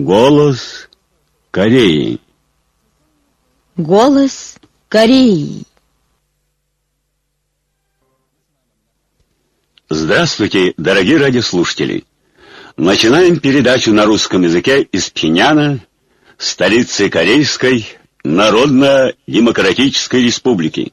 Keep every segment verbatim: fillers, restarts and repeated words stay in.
Голос Кореи. Голос Кореи. Здравствуйте, дорогие радиослушатели! Начинаем передачу на русском языке из Пхеньяна, столицы Корейской Народно-Демократической Республики.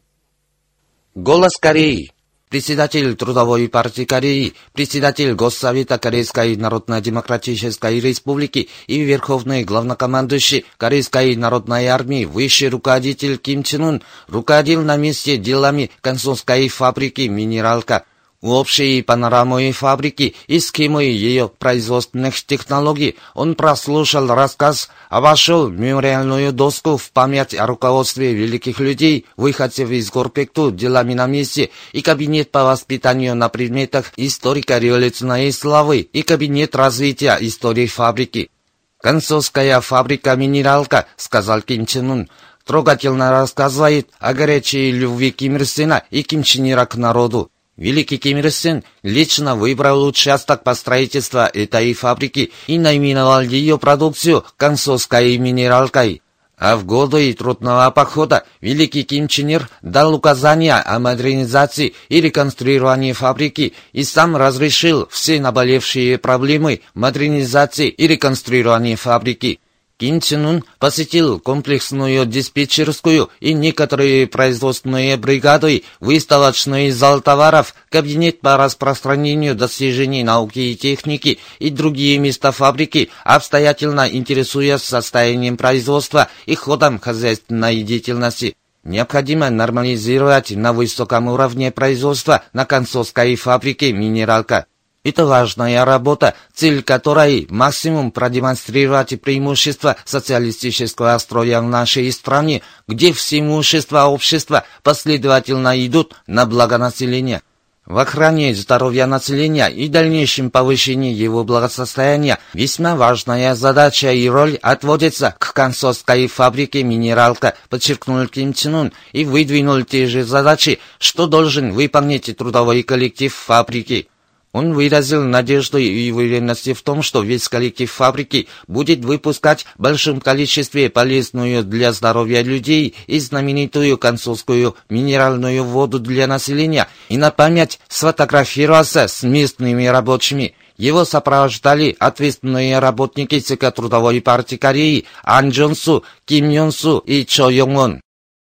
Голос Кореи. Председатель Трудовой партии Кореи, председатель Госсовета Корейской Народно-Демократической Республики и верховный главнокомандующий Корейской народной армии, высший руководитель Ким Чен Ын, руководил на месте делами консольской фабрики «Минералка». Общей панорамой фабрики и схемой ее производственных технологий он прослушал рассказ, обошел мемориальную доску в память о руководстве великих людей, выходцев из Горпекту делами на месте, и кабинет по воспитанию на предметах историко-революционной славы, и кабинет развития истории фабрики. «Консольская фабрика «Минералка», — сказал Ким Чен Ын, трогательно рассказывает о горячей любви Ким Ир Сена и Ким Чен Ира к народу. Великий Ким Ир Сен лично выбрал участок по строительству этой фабрики и наименовал ее продукцию «Консольской минералкой». А в годы трудного похода великий Ким Чен Ир дал указания о модернизации и реконструировании фабрики и сам разрешил все наболевшие проблемы модернизации и реконструирования фабрики. Ким Чен Ын посетил комплексную диспетчерскую и некоторые производственные бригады, выставочный зал товаров, кабинет по распространению достижений науки и техники и другие места фабрики, обстоятельно интересуясь состоянием производства и ходом хозяйственной деятельности. Необходимо нормализировать на высоком уровне производства на консольской фабрике «Минералка». Это важная работа, цель которой максимум продемонстрировать преимущества социалистического строя в нашей стране, где все имущества общества последовательно идут на благо населения. В охране здоровья населения и дальнейшем повышении его благосостояния весьма важная задача и роль отводится к консольской фабрике «Минералка», подчеркнул Ким Чен Ын и выдвинул те же задачи, что должен выполнить трудовой коллектив фабрики. Он выразил надежду и уверенность в том, что весь коллектив фабрики будет выпускать в большом количестве полезную для здоровья людей и знаменитую консольскую минеральную воду для населения, и на память сфотографировался с местными рабочими. Его сопровождали ответственные работники ЦК Трудовой партии Кореи Ан Джон Су, Ким Йон Су и Чо Йонг Вон.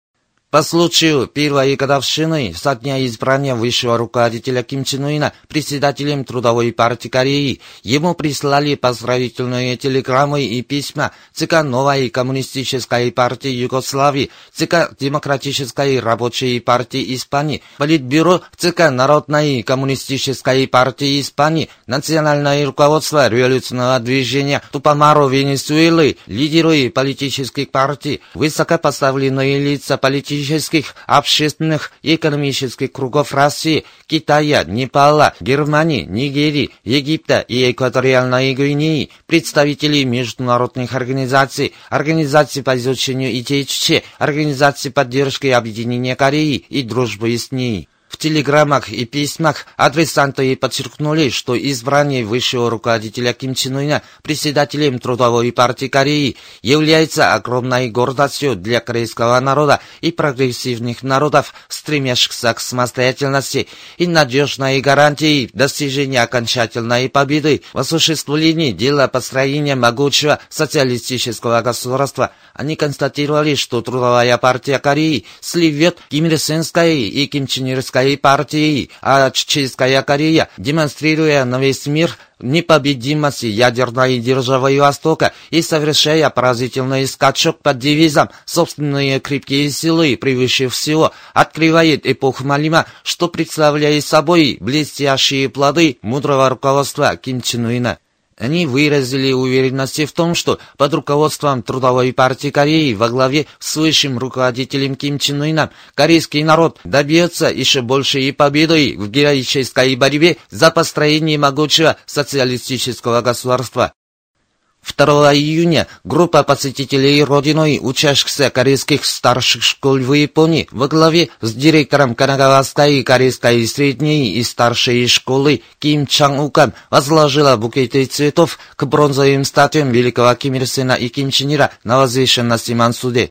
По случаю первой годовщины со дня избрания высшего руководителя Ким Чен Ына председателем Трудовой партии Кореи ему прислали поздравительные телеграммы и письма ЦК Новой коммунистической партии Югославии, ЦК Демократической рабочей партии Испании, Политбюро ЦК Народной коммунистической партии Испании, Национальное руководство революционного движения Тупамаро Венесуэлы, лидеры политических партий, высокопоставленные лица политических, общественных и экономических кругов России, Китая, Непала, Германии, Нигерии, Египта и Экваториальной Гвинеи, представители международных организаций, организаций по изучению И Т Ч, организаций поддержки объединения Кореи и дружбы с ней. В телеграммах и письмах адресанты подчеркнули, что избрание высшего руководителя Ким Чен Ына председателем Трудовой партии Кореи является огромной гордостью для корейского народа и прогрессивных народов, стремящихся к самостоятельности, и надежной гарантией достижения окончательной победы в осуществлении дела построения могучего социалистического государства. Они констатировали, что Трудовая партия Кореи сливет Ким Ир Сенской и Ким Чен Ирской партии, а Чеченская Корея, демонстрируя на весь мир непобедимость ядерной державы Востока и совершая поразительный скачок под девизом «Собственные крепкие силы превыше всего», открывает эпоху Малима, что представляет собой блестящие плоды мудрого руководства Ким Чен Ына. Они выразили уверенность в том, что под руководством Трудовой партии Кореи во главе с высшим руководителем Ким Чен Ыном корейский народ добьется еще большей победы в героической борьбе за построение могучего социалистического государства. второго июня группа посетителей родиной учащихся корейских старших школ в Японии во главе с директором Канагаваской корейской средней и старшей школы Ким Чан-уком возложила букеты цветов к бронзовым статуям великого Ким Ир Сена и Ким Чен Ира на возвышенности Мансуде.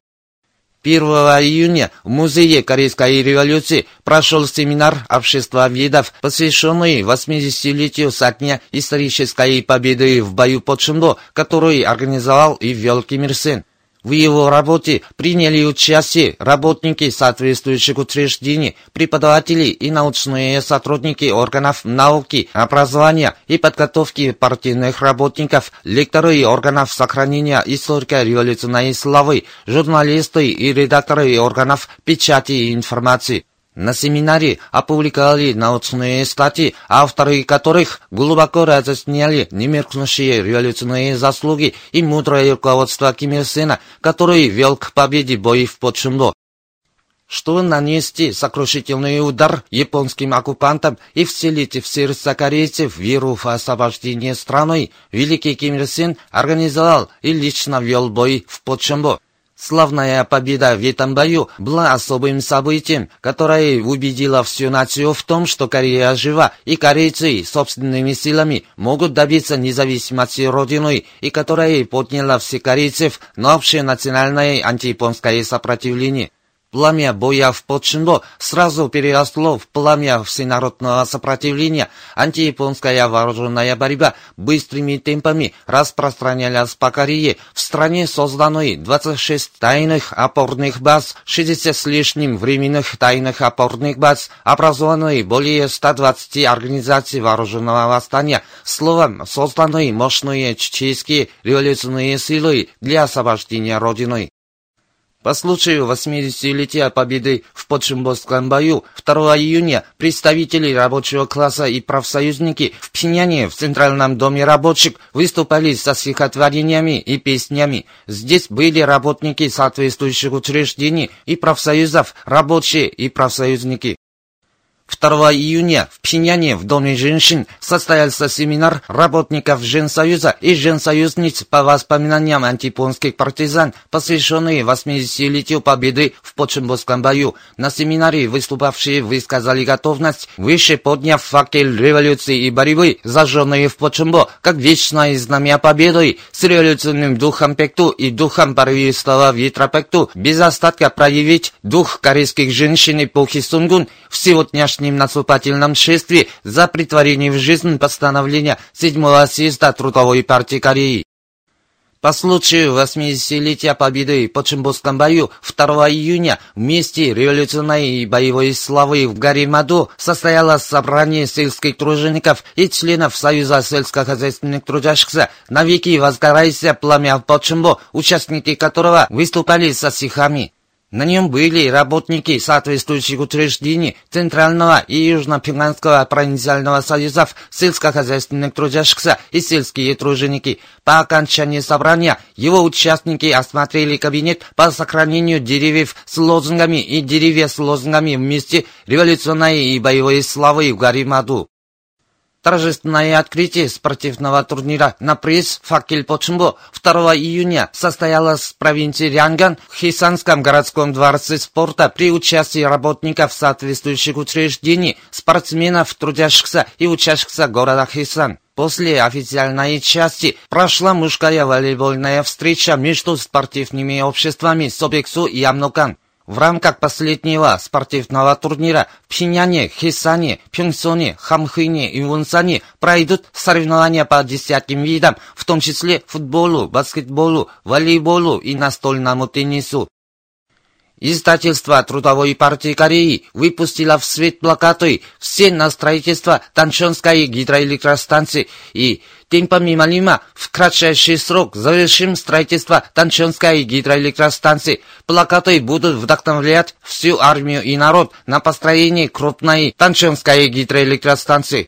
первого июня в Музее Корейской революции прошел семинар обществоведов, посвященный восьмидесятилетию со дня исторической победы в бою под Чунбо, который организовал и ввел Ким Ир Сен. В его работе приняли участие работники соответствующих учреждений, преподаватели и научные сотрудники органов науки, образования и подготовки партийных работников, лекторы органов сохранения историко-революционной славы, журналисты и редакторы органов печати и информации. На семинаре опубликовали научные статьи, авторы которых глубоко разъясняли немеркнущие революционные заслуги и мудрое руководство Ким Ир Сена, который вел к победе боев под Чунбо. Чтобы нанести сокрушительный удар японским оккупантам и вселить в сердца корейцев веру в освобождение страны, великий Ким Ир Сен организовал и лично вел бой в под Чунбо. Славная победа в этом бою была особым событием, которое убедило всю нацию в том, что Корея жива, и корейцы собственными силами могут добиться независимости родины, и которое подняло всех корейцев на общенациональное антияпонское сопротивление. Пламя боя в под Чунбо сразу переросло в пламя всенародного сопротивления. Антияпонская вооруженная борьба быстрыми темпами распространялась по Корее. В стране созданы двадцать шесть тайных опорных баз, шестьдесят с лишним временных тайных опорных баз, образованы более ста двадцати организаций вооруженного восстания. Словом, созданы мощные чеченские революционные силы для освобождения Родины. По случаю восьмидесятилетия победы в подчунбоском бою второго июня представители рабочего класса и профсоюзники в Пхеньяне в Центральном доме рабочих выступали со стихотворениями и песнями. Здесь были работники соответствующих учреждений и профсоюзов, рабочие и профсоюзники. второго июня в Пхеньяне в Доме женщин состоялся семинар работников Женсоюза и женсоюзниц по воспоминаниям антияпонских партизан, посвященный восьмидесятилетию победы в подчунбоском бою. На семинаре выступавшие высказали готовность, выше подняв факел революции и борьбы, зажженные в Подчунбо, как вечное знамя победы, с революционным духом пекту и духом порывистого ветра пекту, без остатка проявить дух корейских женщин эпохи Сунгун в сегодняшнем наступательном шествии за претворение в жизнь постановления седьмого съезда Трудовой партии Кореи. По случаю восьмидесятилетия победы в подчунбоском бою второго июня вместе революционной и боевой славы в горе Маду состоялось собрание сельских тружеников и членов Союза сельскохозяйственных трудящихся «Навеки возгорайся пламя в Подчунбо», участники которого выступали со стихами. На нем были работники соответствующих учреждений Центрального и Южно-Пхенганского провинциального союзов сельскохозяйственных трудящихся и сельские труженики. По окончании собрания его участники осмотрели кабинет по сохранению деревьев с лозунгами и деревья с лозунгами вместе революционной и боевой славы в горе Маду. Торжественное открытие спортивного турнира на приз «Факел Подчунбо» второго июня состоялось в провинции Рянган в Хесанском городском дворце спорта при участии работников соответствующих учреждений, спортсменов, трудящихся и учащихся города Хесан. После официальной части прошла мужская волейбольная встреча между спортивными обществами Собексу и Амнокан. В рамках последнего спортивного турнира в Пхеньяне, Хесане, Пхёнгсоне, Хамхыне и Вонсане пройдут соревнования по десятким видам, в том числе футболу, баскетболу, волейболу и настольному теннису. Издательство Трудовой партии Кореи выпустило в свет плакаты «Все на строительство Танчонской гидроэлектростанции» и «Темпами Малима в кратчайший срок завершим строительство Танчонской гидроэлектростанции». Плакаты будут вдохновлять всю армию и народ на построение крупной Танчонской гидроэлектростанции.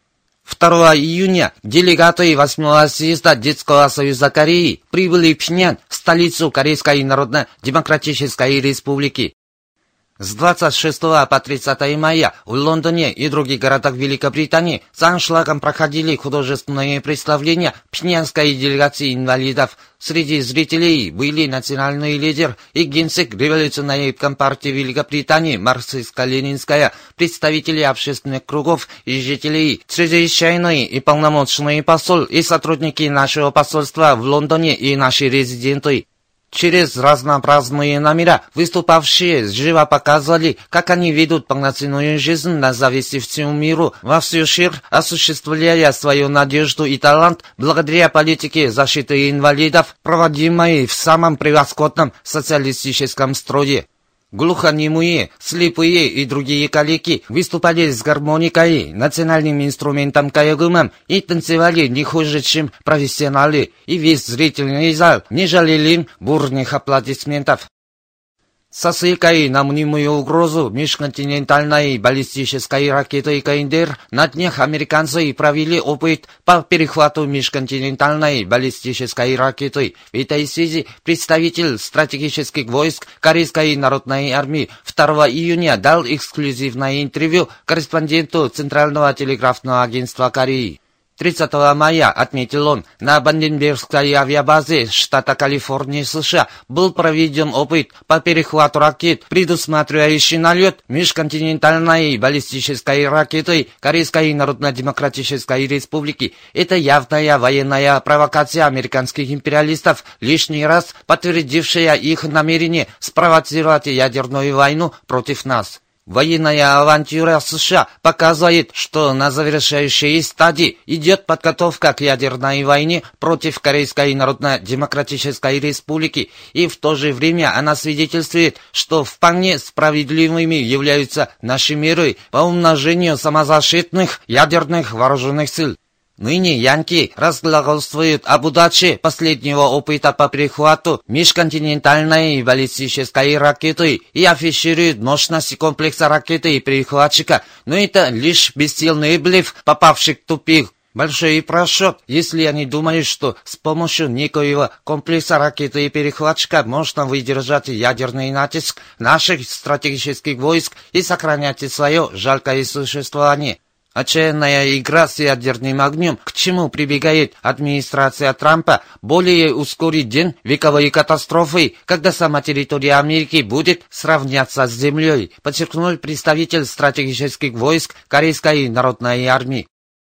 второго июня делегаты восьмого съезда Детского союза Кореи прибыли в Пхеньян, столицу Корейской Народно-Демократической Республики. С двадцать шестого по тридцатое мая в Лондоне и других городах Великобритании с аншлагом проходили художественные представления пхеньянской делегации инвалидов. Среди зрителей были национальный лидер и генсек революционной компартии Великобритании марксистско-ленинская, представители общественных кругов и жителей, чрезвычайный и полномочный посол и сотрудники нашего посольства в Лондоне и наши резиденты. Через разнообразные номера выступавшие живо показывали, как они ведут полноценную жизнь на зависти всему миру, во всю ширь, осуществляя свою надежду и талант благодаря политике защиты инвалидов, проводимой в самом превосходном социалистическом строе. Глухонемые, слепые и другие калеки выступали с гармоникой, национальным инструментом каегумом и танцевали не хуже, чем профессионалы, и весь зрительный зал не жалели им бурных аплодисментов. Со ссылкой на мнимую угрозу межконтинентальной баллистической ракеты «Каиндер» на днях американцы провели опыт по перехвату межконтинентальной баллистической ракеты. В этой связи представитель стратегических войск Корейской народной армии второго июня дал эксклюзивное интервью корреспонденту Центрального телеграфного агентства Кореи. тридцатого мая, отметил он, на Банденбергской авиабазе штата Калифорния, США, был проведен опыт по перехвату ракет, предусматривающий налет межконтинентальной баллистической ракеты Корейской Народно-Демократической Республики. Это явная военная провокация американских империалистов, лишний раз подтвердившая их намерение спровоцировать ядерную войну против нас. Военная авантюра США показывает, что на завершающей стадии идет подготовка к ядерной войне против Корейской Народно-Демократической Республики, и в то же время она свидетельствует, что вполне справедливыми являются наши меры по умножению самозащитных ядерных вооруженных сил. Ныне янки разглагольствуют об удаче последнего опыта по перехвату межконтинентальной баллистической ракеты и афишируют мощности комплекса ракеты и перехватчика, но это лишь бессильный блеф, попавший в тупик. Большой просчет, если они думают, что с помощью некоего комплекса ракеты и перехватчика можно выдержать ядерный натиск наших стратегических войск и сохранять свое жалкое существование. Отчаянная игра с ядерным огнем, к чему прибегает администрация Трампа, более ускорит день вековой катастрофы, когда сама территория Америки будет сравняться с землей, подчеркнул представитель стратегических войск Корейской народной армии.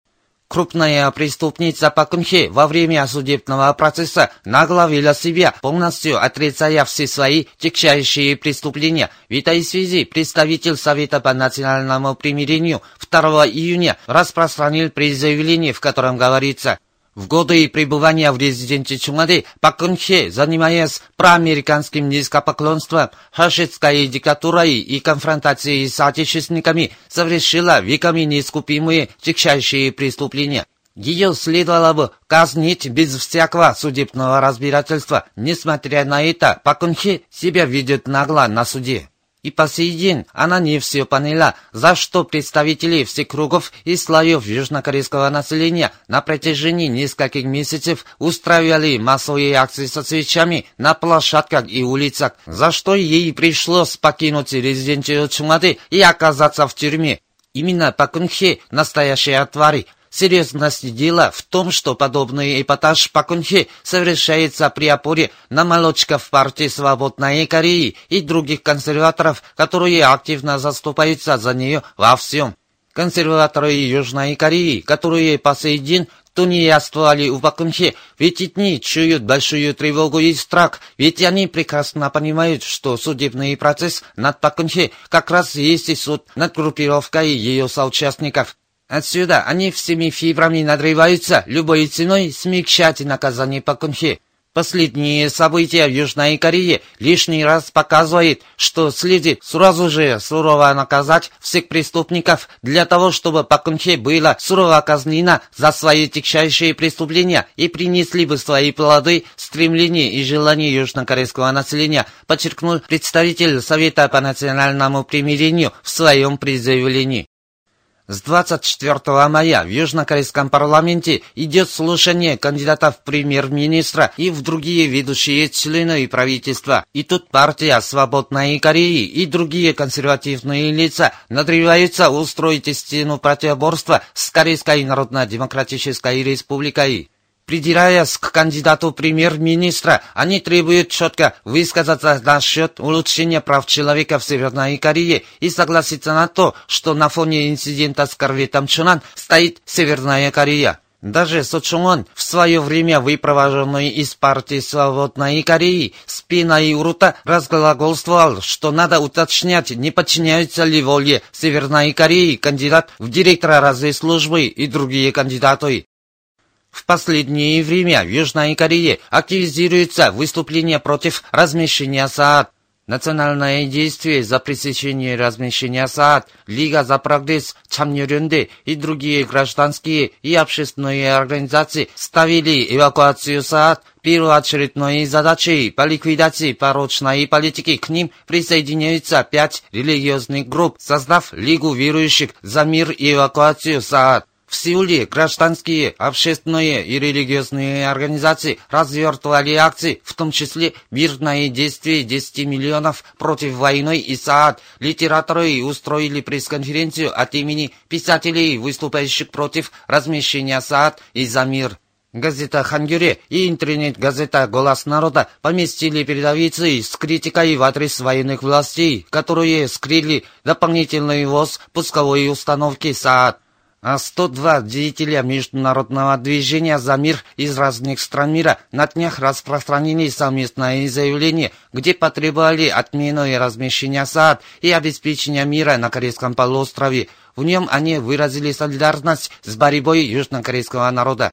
Крупная преступница Пак Кын Хе во время судебного процесса нагло вела себя, полностью отрицая все свои тягчайшие преступления. В этой связи представитель Совета по национальному примирению второго июня распространил пресс-заявление, в котором говорится: в годы пребывания в резиденции Чунгаде Пак Кын Хе, занимаясь проамериканским низкопоклонством, фашистской диктатурой и конфронтацией с отечественниками, совершила веками неискупимые тягчайшие преступления. Ее следовало бы казнить без всякого судебного разбирательства. Несмотря на это, Пак Кын Хе себя ведет нагло на суде. И по сей день она не все поняла, за что представители всех кругов и слоев южнокорейского населения на протяжении нескольких месяцев устраивали массовые акции со свечами на площадках и улицах, за что ей пришлось покинуть резиденцию Чунгаде и оказаться в тюрьме. Именно Пак Кын Хе настоящая тварь. Серьезность дела в том, что подобный эпатаж Пак Кын Хе совершается при опоре на молодчиков партии Свободной Кореи и других консерваторов, которые активно заступаются за нее во всем. Консерваторы Южной Кореи, которые по сей день тунеядствовали у Пак Кын Хе, в эти дни чуют большую тревогу и страх, ведь они прекрасно понимают, что судебный процесс над Пак Кын Хе как раз есть и суд над группировкой ее соучастников. Отсюда они всеми фибрами надрываются любой ценой смягчать наказание Пак Кын Хе. Последние события в Южной Корее лишний раз показывают, что следует сразу же сурово наказать всех преступников для того, чтобы Пак Кын Хе была сурово казнена за свои тягчайшие преступления и принесли бы свои плоды стремления и желания южнокорейского населения, подчеркнул представитель Совета по национальному примирению в своем предзаявлении. С двадцать четвёртого мая в южнокорейском парламенте идет слушание кандидатов в премьер-министра и в другие ведущие члены правительства. И тут партия «Свободной Кореи» и другие консервативные лица надрываются устроить стену противоборства с Корейской Народно-Демократической Республикой. Придираясь к кандидату премьер-министра, они требуют четко высказаться насчет улучшения прав человека в Северной Корее и согласиться на то, что на фоне инцидента с корветом Чонан стоит Северная Корея. Даже Со Чун-он, в свое время выпровоженный из партии «Свободной Кореи», с пеной у рта разглагольствовал, что надо уточнять, не подчиняются ли воле Северной Кореи кандидат в директора разведслужбы и другие кандидаты. В последнее время в Южной Корее активизируются выступления против размещения СААД. Национальное действие за пресечение размещения СААД, Лига за прогресс, Чамнёрён대 и другие гражданские и общественные организации ставили эвакуацию СААД первоочередной задачей по ликвидации порочной политики. К ним присоединяются пять религиозных групп, создав Лигу верующих за мир и эвакуацию СААД. В Сеуле гражданские, общественные и религиозные организации развертывали акции, в том числе мирное действие десяти миллионов против войны и СААД. Литераторы устроили пресс-конференцию от имени писателей, выступающих против размещения СААД и за мир. Газета «Хангёре» и интернет-газета «Голос народа» поместили передовицы с критикой в адрес военных властей, которые скрыли дополнительный ввоз пусковой установки СААД. А сто два деятеля международного движения за мир из разных стран мира на днях распространили совместное заявление, где потребовали отмены размещения СААД и обеспечения мира на Корейском полуострове. В нем они выразили солидарность с борьбой южнокорейского народа.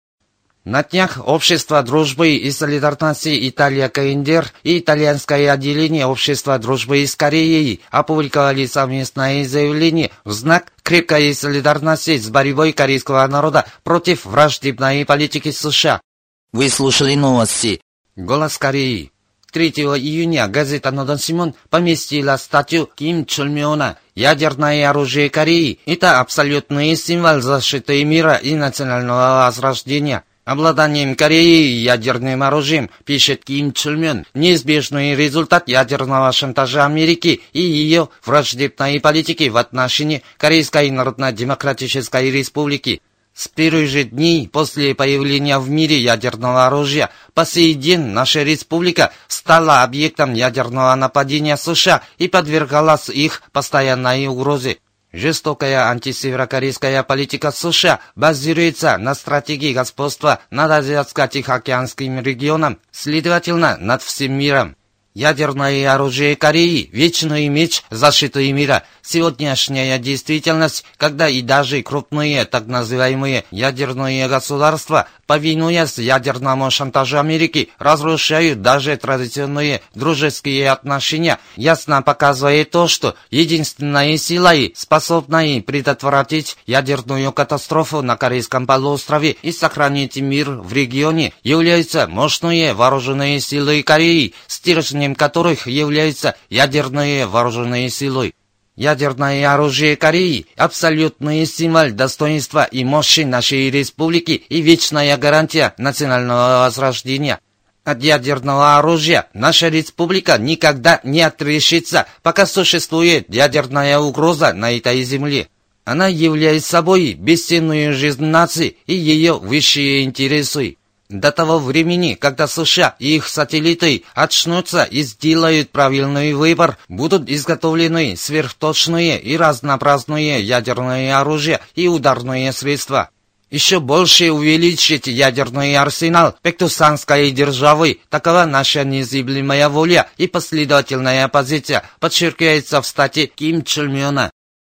На днях Общество дружбы и солидарности Италия КНДР и итальянское отделение Общества дружбы с Кореей опубликовали совместное заявление в знак крепкой солидарности с борьбой корейского народа против враждебной политики США. Вы слушали новости. Голос Кореи. третьего июня газета «Нодон Симон» поместила статью Ким Чолмёна «Ядерное оружие Кореи. Это абсолютный символ защиты мира и национального возрождения». Обладанием Кореи ядерным оружием, пишет Ким Чолмён, неизбежный результат ядерного шантажа Америки и ее враждебной политики в отношении Корейской Народно-Демократической Республики. С первых же дней после появления в мире ядерного оружия по сей день наша республика стала объектом ядерного нападения США и подвергалась их постоянной угрозе. Жестокая антисеверокорейская политика США базируется на стратегии господства над Азиатско-Тихоокеанским регионом, следовательно, над всем миром. Ядерное оружие Кореи – вечный меч защиты мира. Сегодняшняя действительность, когда и даже крупные так называемые ядерные государства, повинуясь ядерному шантажу Америки, разрушают даже традиционные дружеские отношения, ясно показывает то, что единственной силой, способной предотвратить ядерную катастрофу на Корейском полуострове и сохранить мир в регионе, являются мощные вооруженные силы Кореи, стержнем которых являются ядерные вооруженные силы. Ядерное оружие Кореи – абсолютный символ достоинства и мощи нашей республики и вечная гарантия национального возрождения. От ядерного оружия наша республика никогда не отрешится, пока существует ядерная угроза на этой земле. Она являет собой бесценную жизнь нации и ее высшие интересы. До того времени, когда США и их сателлиты очнутся и сделают правильный выбор, будут изготовлены сверхточные и разнообразные ядерные оружия и ударные средства. Еще больше увеличить ядерный арсенал Пектусанской державы, такова наша незыблемая воля и последовательная позиция, подчеркивается в статье Ким Чолмёна.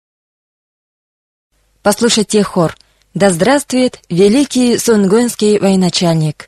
Послушайте хор. Да здравствует великий сунгунский военачальник!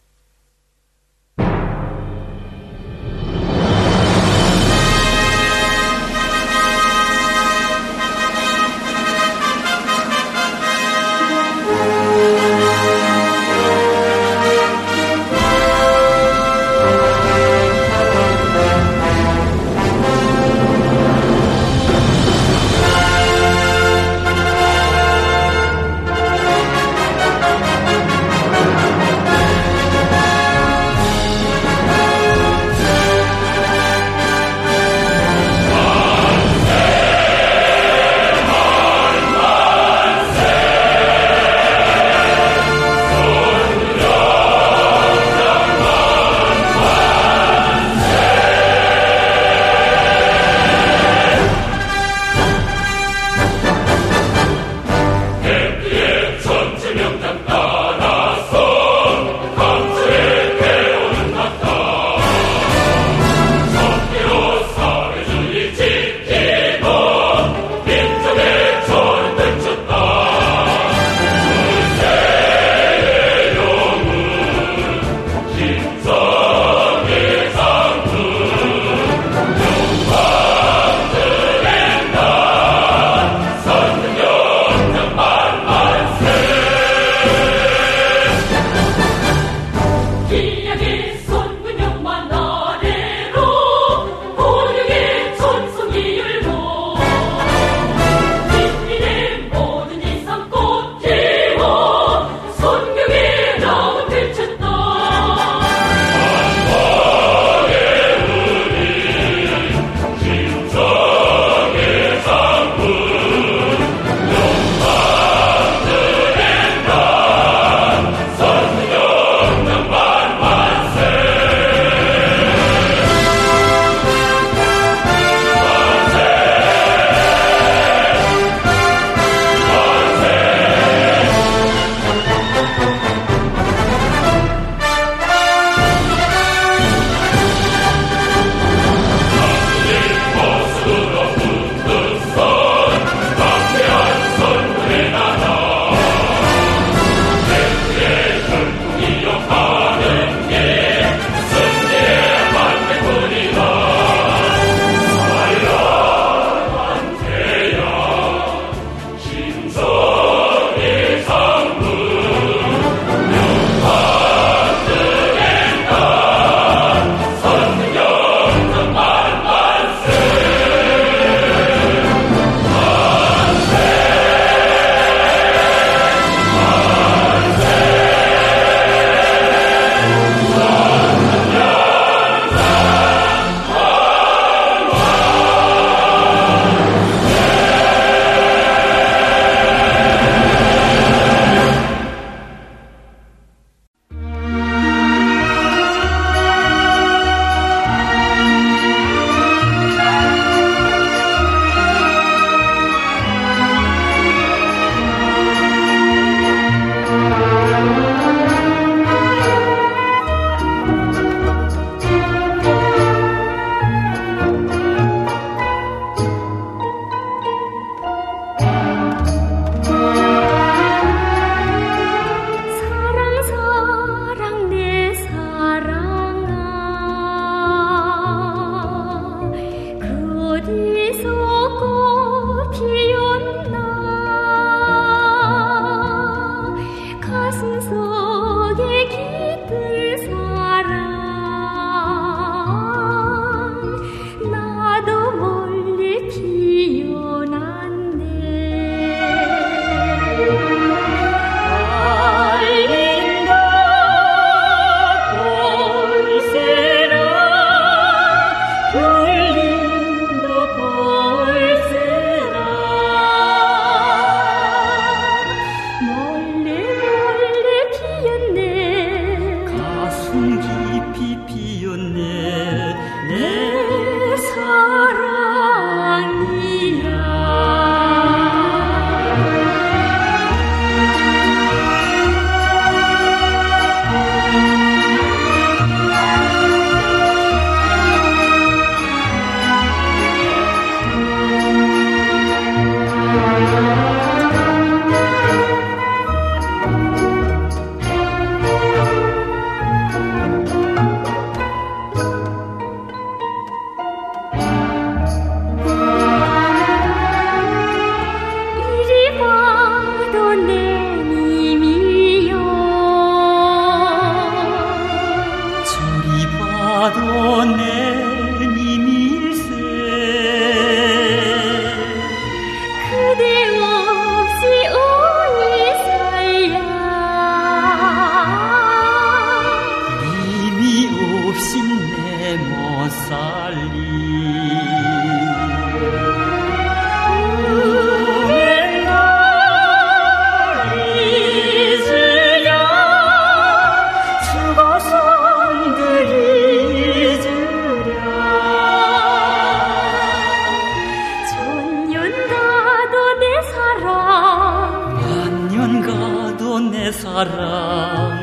사랑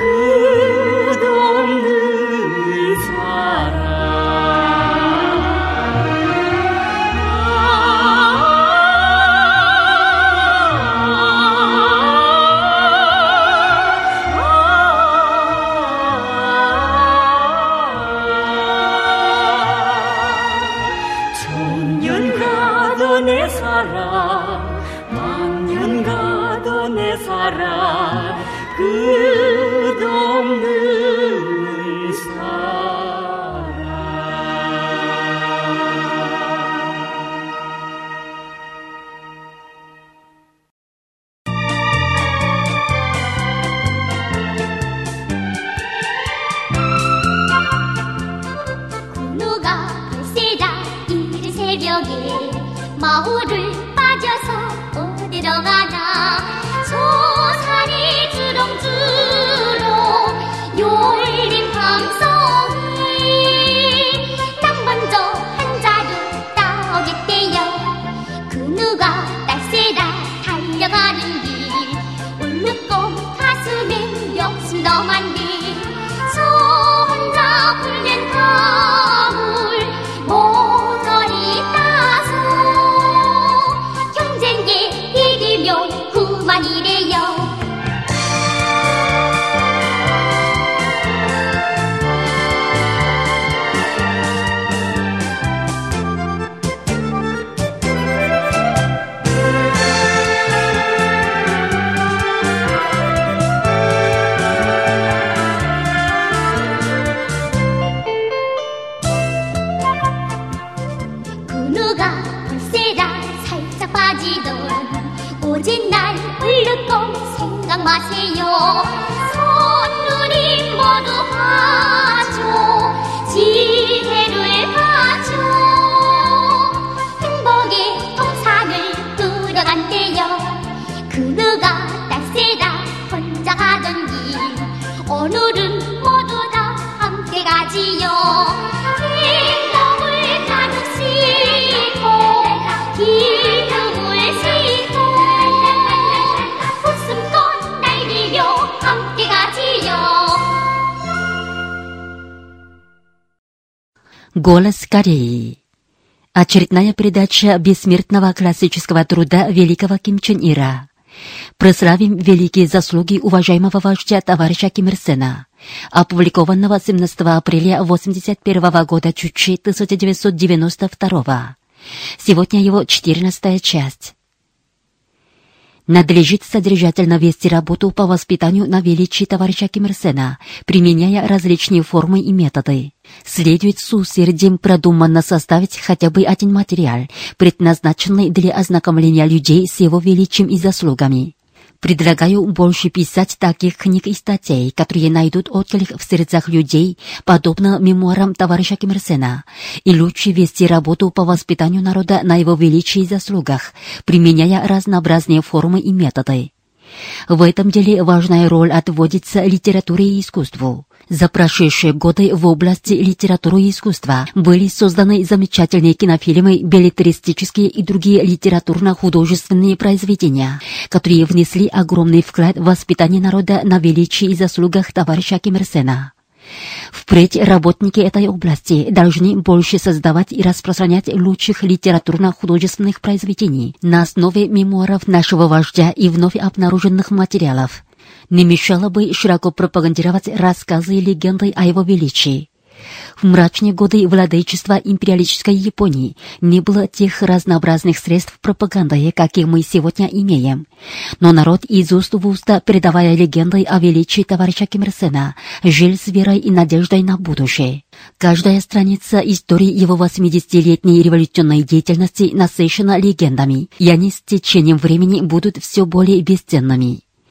끝없는 사랑 천년 가도 내 사랑 만년 가도 내 사랑 끝없는 사랑 군우가 글쎄다 이른 새벽에 마을을 빠져서 어디로 가나 소산이 주렁주렁 열린 밤송이 딱 먼저 한 자루 따오겠대요. 그 누가 딸새다 달려가는 길 울고 가슴엔 욕심 더 많네. 소 혼자 불면 가물 모서리 따서 경쟁에 이기면 그만이래요. 누가 벌새라 살짝 빠지던 오진날 울르고 생각 마세요. 손눈이 모두 봐줘 지혜를 봐줘 행복의 동산을 뚫어간대요. 그 누가 딸새다 혼자 가던 길 오늘은 모두 다 함께 가지요. 기쁨을 싣고 웃음꽃 날리며 함께 가지요. Голос Кореи. Очередная передача бессмертного классического труда великого Ким Чен Ира. Прославим великие заслуги уважаемого вождя товарища Ким Ир Сена, опубликованного семнадцатого апреля восемьдесят первого года Чучи тысяча девятьсот девяносто второго. Сегодня его четырнадцатая часть. Надлежит содержательно вести работу по воспитанию на величии товарища Ким Ир Сена, применяя различные формы и методы. Следует с усердием продуманно составить хотя бы один материал, предназначенный для ознакомления людей с его величием и заслугами. Предлагаю больше писать таких книг и статей, которые найдут отклик в сердцах людей, подобно мемуарам товарища Ким Ир Сена, и лучше вести работу по воспитанию народа на его величии и заслугах, применяя разнообразные формы и методы. В этом деле важная роль отводится литературе и искусству. За прошедшие годы в области литературы и искусства были созданы замечательные кинофильмы, беллетристические и другие литературно-художественные произведения, которые внесли огромный вклад в воспитание народа на величии и заслугах товарища Ким Ир Сена. Впредь работники этой области должны больше создавать и распространять лучших литературно-художественных произведений на основе мемуаров нашего вождя и вновь обнаруженных материалов. Не мешало бы широко пропагандировать рассказы и легенды о его величии. В мрачные годы владычества империалистической Японии не было тех разнообразных средств пропаганды, какие мы сегодня имеем. Но народ из уст в уста, передавая легенды о величии товарища Ким Ир Сена, жил с верой и надеждой на будущее. Каждая страница истории его восьмидесятилетней революционной деятельности насыщена легендами, и они с течением времени будут все более бесценными.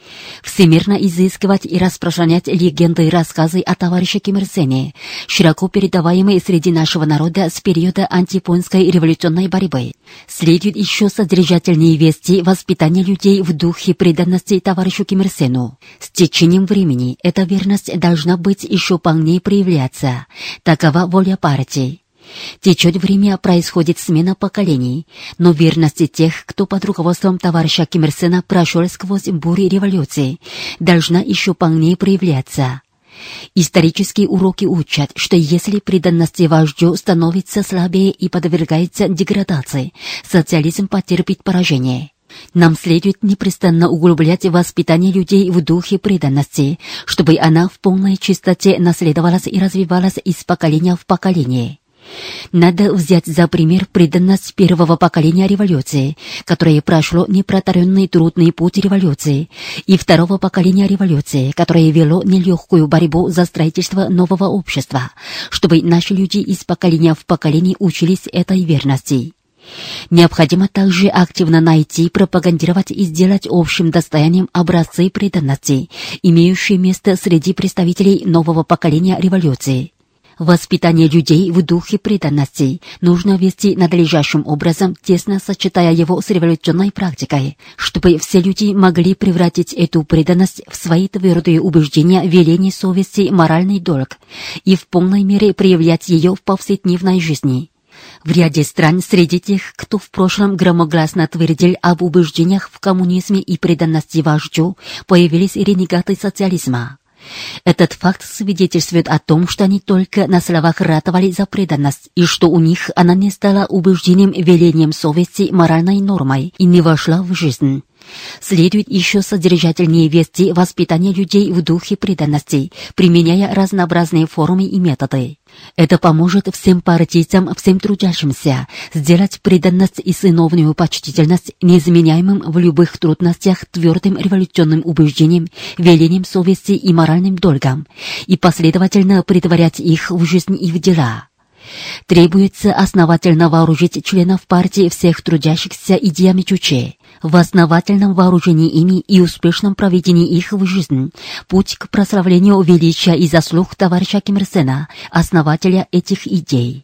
Всемирно изыскивать и распространять легенды и рассказы о товарище Ким Ир Сене, широко передаваемые среди нашего народа с периода антияпонской революционной борьбы. Следует еще содержательнее вести воспитание людей в духе преданности товарищу Ким Ир Сену. С течением времени эта верность должна быть еще полнее проявляться. Такова воля партии. Течет время, происходит смена поколений, но верность тех, кто под руководством товарища Ким Ир Сена прошел сквозь бури революции, должна еще полнее проявляться. Исторические уроки учат, что если преданность вождю становится слабее и подвергается деградации, социализм потерпит поражение. Нам следует непрестанно углублять воспитание людей в духе преданности, чтобы она в полной чистоте наследовалась и развивалась из поколения в поколение. Надо взять за пример преданность первого поколения революции, которое прошло непротаренный трудный путь революции, и второго поколения революции, которое вело нелегкую борьбу за строительство нового общества, чтобы наши люди из поколения в поколение учились этой верности. Необходимо также активно найти, пропагандировать и сделать общим достоянием образцы преданности, имеющие место среди представителей нового поколения революции. Воспитание людей в духе преданности нужно вести надлежащим образом, тесно сочетая его с революционной практикой, чтобы все люди могли превратить эту преданность в свои твердые убеждения, веления совести, моральный долг и в полной мере проявлять ее в повседневной жизни. В ряде стран среди тех, кто в прошлом громогласно твердил об убеждениях в коммунизме и преданности вождю, появились ренегаты социализма. Этот факт свидетельствует о том, что они только на словах ратовали за преданность, и что у них она не стала убеждением, велением совести, моральной нормой и не вошла в жизнь. Следует еще содержательнее вести воспитание людей в духе преданности, применяя разнообразные формы и методы. Это поможет всем партийцам, всем трудящимся сделать преданность и сыновнюю почтительность неизменяемым в любых трудностях твердым революционным убеждением, велением совести и моральным долгом, и последовательно претворять их в жизнь и в дела. Требуется основательно вооружить членов партии всех трудящихся идеями Чуче. В основательном вооружении ими и успешном проведении их в жизнь путь к прославлению величия и заслуг товарища Ким Ир Сена, основателя этих идей.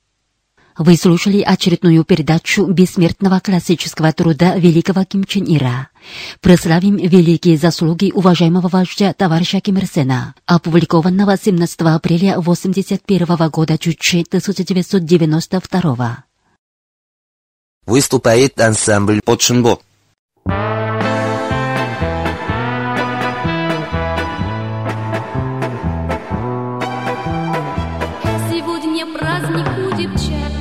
Вы слушали очередную передачу бессмертного классического труда великого Ким Чен Ира. Прославим великие заслуги уважаемого вождя товарища Ким Ир Сена, опубликованного семнадцатого апреля восемьдесят первого года Чуче тысяча девятьсот девяносто второго. Выступает ансамбль Подшинбо. Сегодня праздник у девчат,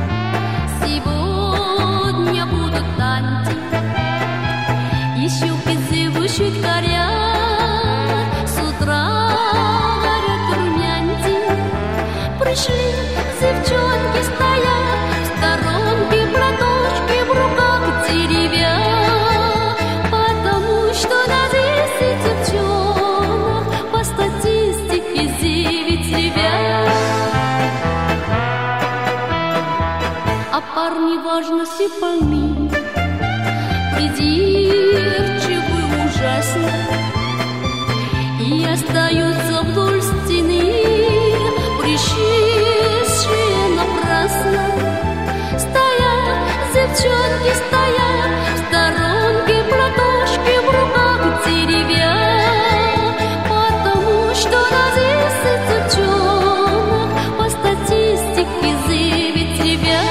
сегодня будут танцы, еще зовущих горят, с утра горят румянцы. Пришли девчонки, стоят в сторонке, платочки в руках деревья, потому что на десять девчонок по статистике девять ребят. А парни важности пойми, придирчивы ужасно, и остаются вдоль стены, пришедшие напрасно. Стоят девчонки, стоят в сторонке, платочки в руках деревья, потому что на десять девчонок по статистике девять ребят.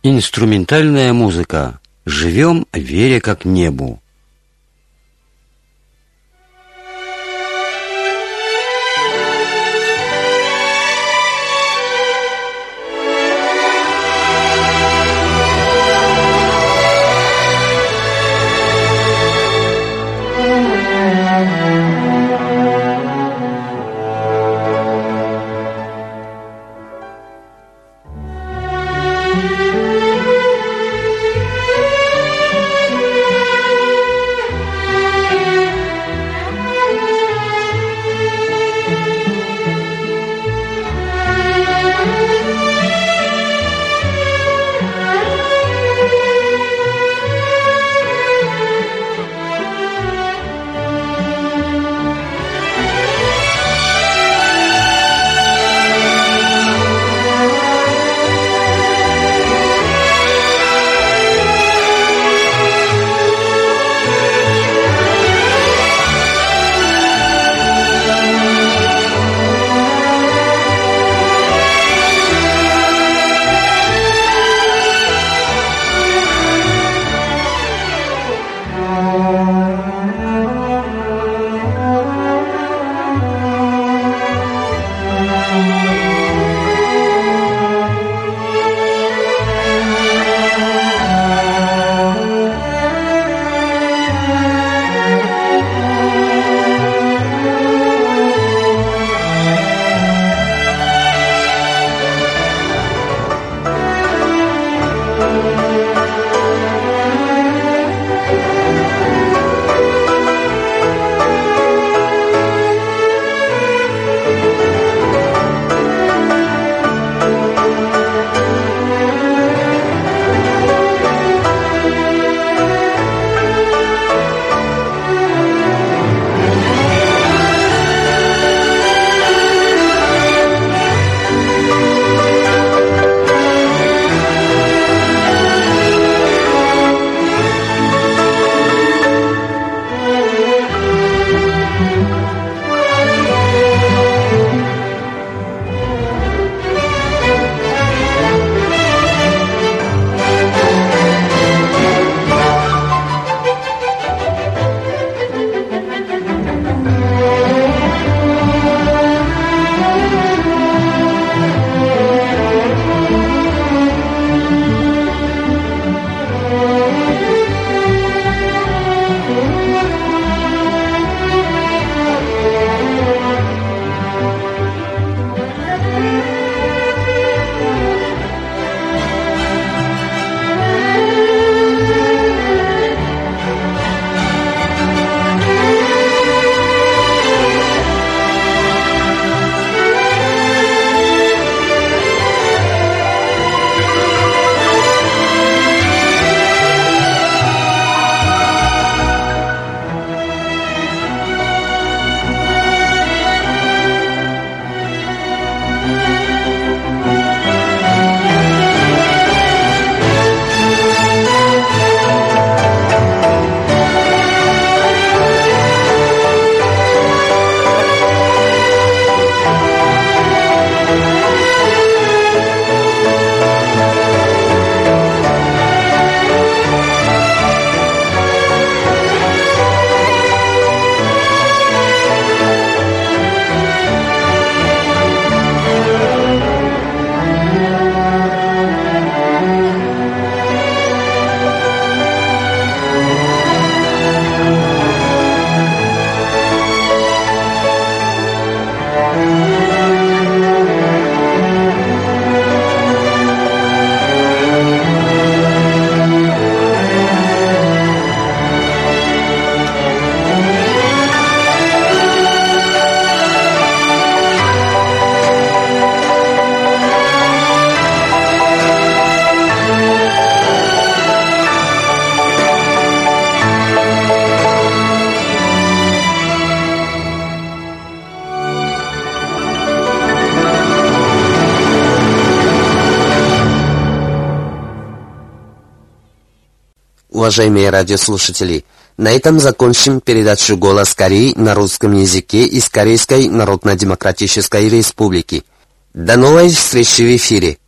Инструментальная музыка. Живем, веря как небу. Уважаемые радиослушатели, на этом закончим передачу «Голос Кореи» на русском языке из Корейской Народно-Демократической Республики. До новой встречи в эфире!